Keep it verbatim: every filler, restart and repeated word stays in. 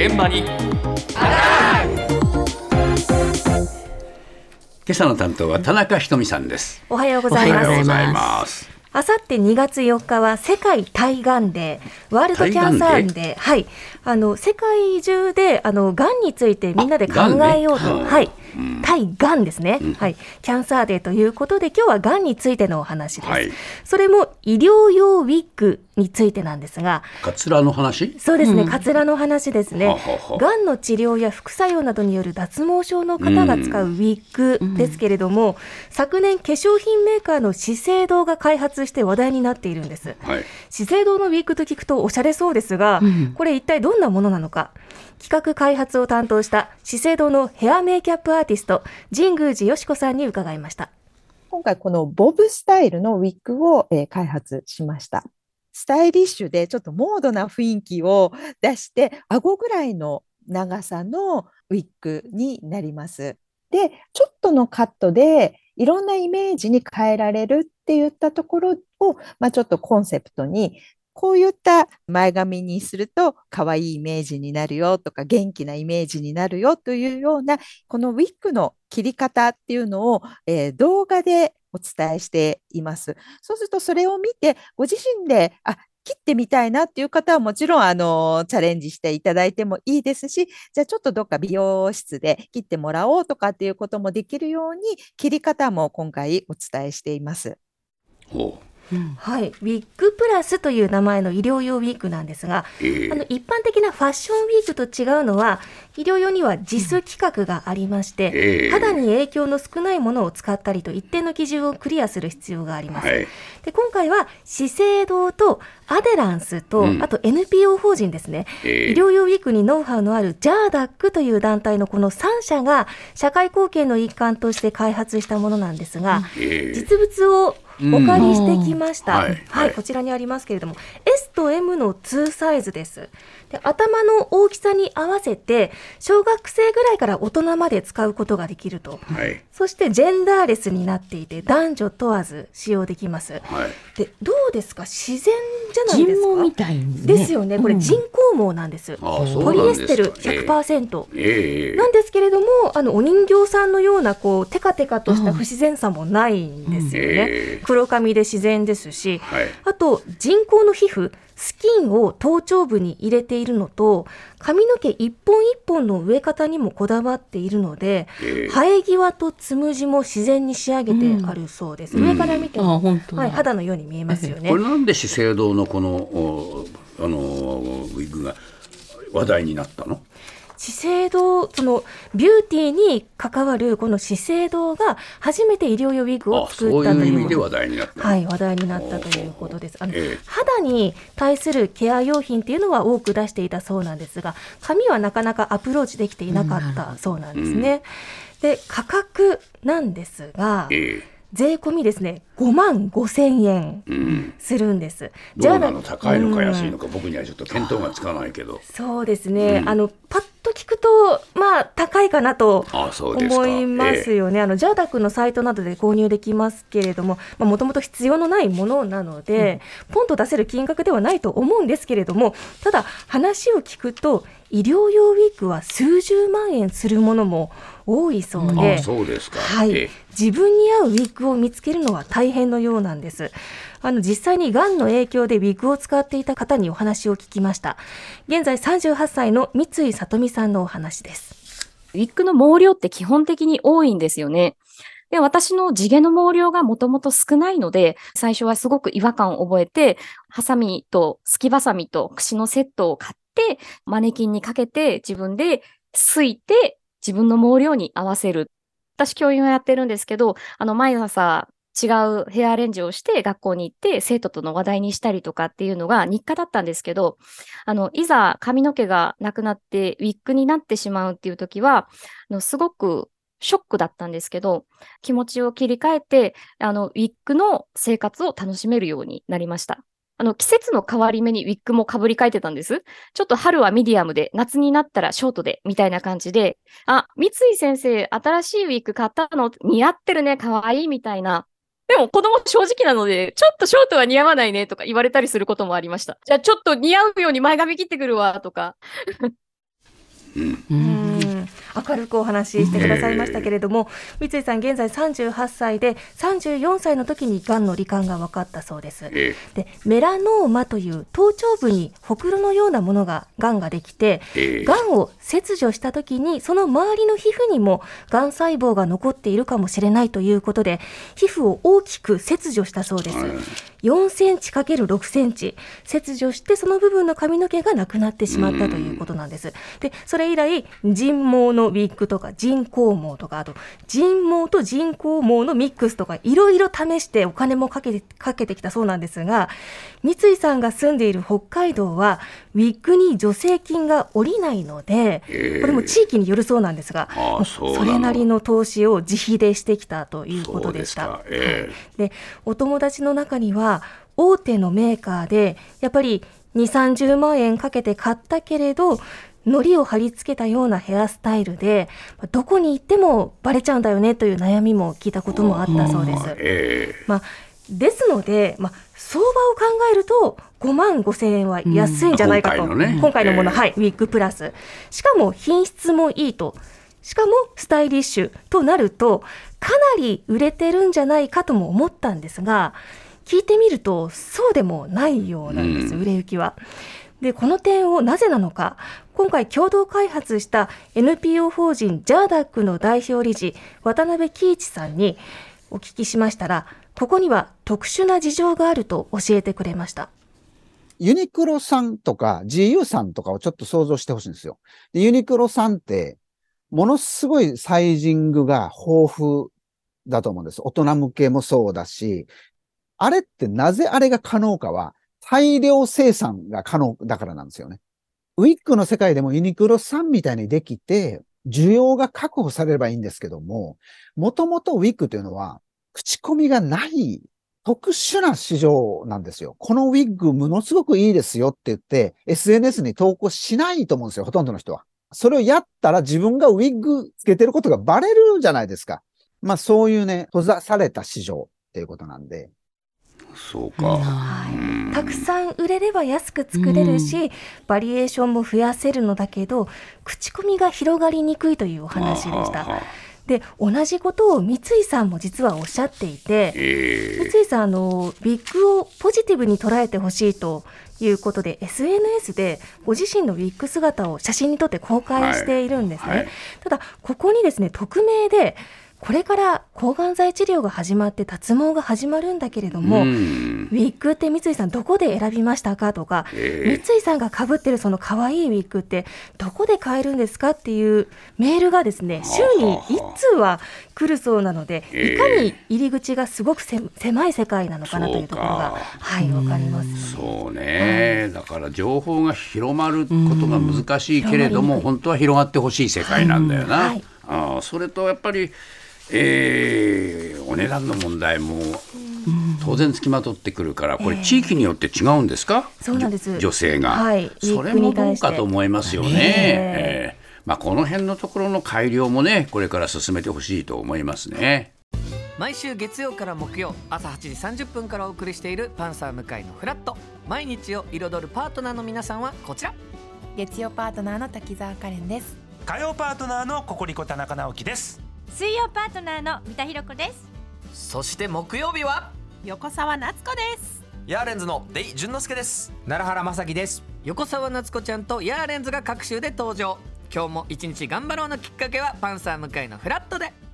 現場に今朝の担当は田中ひとみさんです。 おはようございます。 おはようございます。 あさってにがつよっかは世界対がんデー、ワールドキャンサーデー、はい、あの世界中であのがんについてみんなで考えようと、ね、はい、うん、対がんですね、うん、はい、キャンサーデーということで今日はがんについてのお話です、はい、それも医療用ウィッグについてなんですが、 カツラの話？ そうですね、うん、カツラの話ですね。がんの治療や副作用などによる脱毛症の方が使うウィッグですけれども、うん、昨年化粧品メーカーの資生堂が開発して話題になっているんです、はい、資生堂のウィッグと聞くとおしゃれそうですが、うん、これ一体どんなものなのか、企画開発を担当した資生堂のヘアメイキャップアーティスト神宮寺よし子さんに伺いました。 今回このボブスタイルのウィッグを、えー、開発しました。スタイリッシュでちょっとモードな雰囲気を出して顎ぐらいの長さのウィッグになります。で、ちょっとのカットでいろんなイメージに変えられるっていったところを、まあ、ちょっとコンセプトに、こういった前髪にすると可愛いイメージになるよとか元気なイメージになるよというようなこのウィッグの切り方っていうのを、えー、動画でお伝えしています。そうするとそれを見てご自身であ切ってみたいなっていう方はもちろんあのチャレンジしていただいてもいいですし、じゃあちょっとどっか美容室で切ってもらおうとかっていうこともできるように切り方も今回お伝えしています。 ほう、 うん、はい、ウィッグプラスという名前の医療用ウィッグなんですが、えー、あの一般的なファッションウィッグと違うのは医療用には ジャス 規格がありまして、えー、肌に影響の少ないものを使ったりと一定の基準をクリアする必要があります、はい、で今回は資生堂とアデランスと、うん、あと エヌピーオー 法人ですね、えー、医療用ウィッグにノウハウのあるジャーダックという団体のこのさん社が社会貢献の一環として開発したものなんですが、えー、実物をお借りしてきました、うん、はいはい、こちらにありますけれども エス と エム のにサイズです。で頭の大きさに合わせて小学生ぐらいから大人まで使うことができると、はい、そしてジェンダーレスになっていて男女問わず使用できます、はい、でどうですか、自然じゃないですか。 人毛みたいに、ね、 ですよね。これ人工毛なんです、うん、ポリエステル ひゃくパーセント、えー、なんですけれどもあのお人形さんのようなこうテカテカとした不自然さもないんですよね、うんえー、黒髪で自然ですし、はい、あと人工の皮膚スキンを頭頂部に入れているのと髪の毛一本一本の植え方にもこだわっているので、えー、生え際とつむじも自然に仕上げてあるそうです、うん、上から見ても、うんはい、肌のように見えますよね。 これなんで資生堂のこのあのウィッグが話題になったの？ 資生堂、そのビューティーに関わるこの資生堂が初めて医療用ウィッグを作ったという、そういう意味で話題になった、はい、話題になったということです。あの、えー、肌に対するケア用品っていうのは多く出していたそうなんですが、髪はなかなかアプローチできていなかったそうなんですね、うん、で価格なんですが、えー税込みですねごまんごせんえんするんです、 うん、どうなの、高いのか安いのか、うん、僕にはちょっと見当がつかないけど。 そうですね、うん、あのパッと聞くとまあ高いかなと思いますよね。あのジャーダックのサイトなどで購入できますけれども、もともと必要のないものなので、うん、ポンと出せる金額ではないと思うんですけれども、ただ話を聞くと医療用ウィッグは数十万円するものも多いそうで、 あ、そうですか、 はい、自分に合うウィッグを見つけるのは大変のようなんです。あの実際にがんの影響でウィッグを使っていた方にお話を聞きました。現在さんじゅうはっさいの三井さとみさんのお話です。 ウィッグの毛量って基本的に多いんですよね。で、私の地毛の毛量がもともと少ないので、最初はすごく違和感を覚えて、ハサミとすきばさみと櫛のセットを買って、マネキンにかけて自分ですいて自分の毛量に合わせる。私教員をやってるんですけど、あの毎朝違うヘアアレンジをして学校に行って生徒との話題にしたりとかっていうのが日課だったんですけど、あのいざ髪の毛がなくなってウィッグになってしまうっていう時は、あのすごくショックだったんですけど、気持ちを切り替えてあのウィッグの生活を楽しめるようになりました。あの季節の変わり目にウィッグもかぶり替えてたんです。ちょっと春はミディアムで、夏になったらショートでみたいな感じで、あ、三井先生新しいウィッグ買ったの似合ってるね、かわいいみたいな。でも子供正直なので、ちょっとショートは似合わないねとか言われたりすることもありました。じゃあちょっと似合うように前髪切ってくるわとか。 うんうん明るくお話ししてくださいましたけれども、えー、三井さん現在さんじゅうはっさいでさんじゅうよんさいの時にがんの罹患が分かったそうです、えー、でメラノーマという頭頂部にほくろのようなものががんができて、えー、がんを切除した時にその周りの皮膚にもがん細胞が残っているかもしれないということで皮膚を大きく切除したそうです、はい、よんセンチかけるろくセンチ切除してその部分の髪の毛がなくなってしまったということなんです。でそれ以来人毛のウィッグとか人工毛とかあと人毛と人工毛のミックスとかいろいろ試してお金もかけて、かけてきたそうなんですが、三井さんが住んでいる北海道はウィッグに助成金が下りないので、えー、これも地域によるそうなんですが、 ああそうなの。 それなりの投資を自費でしてきたということでした。 そうですか、えー、でお友達の中には大手のメーカーでやっぱりにじゅう、さんじゅうまんえんかけて買ったけれど糊を貼り付けたようなヘアスタイルでどこに行ってもバレちゃうんだよねという悩みも聞いたこともあったそうです、えーまあ、ですので、まあ、相場を考えるとごまんごせんえんは安いんじゃないかと、うん今回のね、今回のもの、えーはい、ウィッグプラスしかも品質もいいとしかもスタイリッシュとなるとかなり売れてるんじゃないかとも思ったんですが聞いてみるとそうでもないようなんです、うん、売れ行きは。でこの点をなぜなのか今回共同開発した エヌピーオー 法人ジャーダックの代表理事渡辺喜一さんにお聞きしましたらここには特殊な事情があると教えてくれました。 ユニクロさんとか ジーユー さんとかをちょっと想像してほしいんですよ。でユニクロさんってものすごいサイジングが豊富だと思うんです。大人向けもそうだしあれってなぜあれが可能かは大量生産が可能だからなんですよね。ウィッグの世界でもユニクロさんみたいにできて、需要が確保されればいいんですけども、もともとウィッグというのは、口コミがない特殊な市場なんですよ。このウィッグものすごくいいですよって言って、エスエヌエス に投稿しないと思うんですよ、ほとんどの人は。それをやったら自分がウィッグつけてることがバレるじゃないですか。まあそういうね、閉ざされた市場っていうことなんで。 そうか、 はい、たくさん売れれば安く作れるし、うん、バリエーションも増やせるのだけど口コミが広がりにくいというお話でした。で同じことを三井さんも実はおっしゃっていて、えー、三井さんあのビッグをポジティブに捉えてほしいということで エスエヌエス でご自身のウィッグ姿を写真に撮って公開しているんですね、はいはい、ただここにですね匿名でこれから抗がん剤治療が始まって脱毛が始まるんだけれども、うん、ウィッグって三井さんどこで選びましたかとか、えー、三井さんが被ってるその可愛いウィッグってどこで買えるんですかっていうメールがですね週にいっ通は来るそうなので、えー、いかに入り口がすごくせ狭い世界なのかなというところがはいわかります、ね、 そうね、はい、だから情報が広まることが難しいけれども本当は広がってほしい世界なんだよな、はいはい、あそれとやっぱりえー、お値段の問題も当然つきまとってくるからこれ地域によって違うんですか、えー、 そうなんです女性が、はい、それもどうかと思いますよね、えーえーまあ、この辺のところの改良もねこれから進めてほしいと思いますね。 毎週月曜から木曜朝はちじさんじゅっぷんからお送りしているパンサー向井のフラット、毎日を彩るパートナーの皆さんはこちら。 月曜パートナーの滝沢カレンです。 火曜パートナーのココリコ田中直樹です。 水曜パートナーの三田寛子です。 そして木曜日は横澤夏子です。 ヤーレンズのデイ淳之介です。 奈良原正樹です。 横澤夏子ちゃんとヤーレンズが各週で登場。今日も一日頑張ろうのきっかけはパンサー向井のフラットで。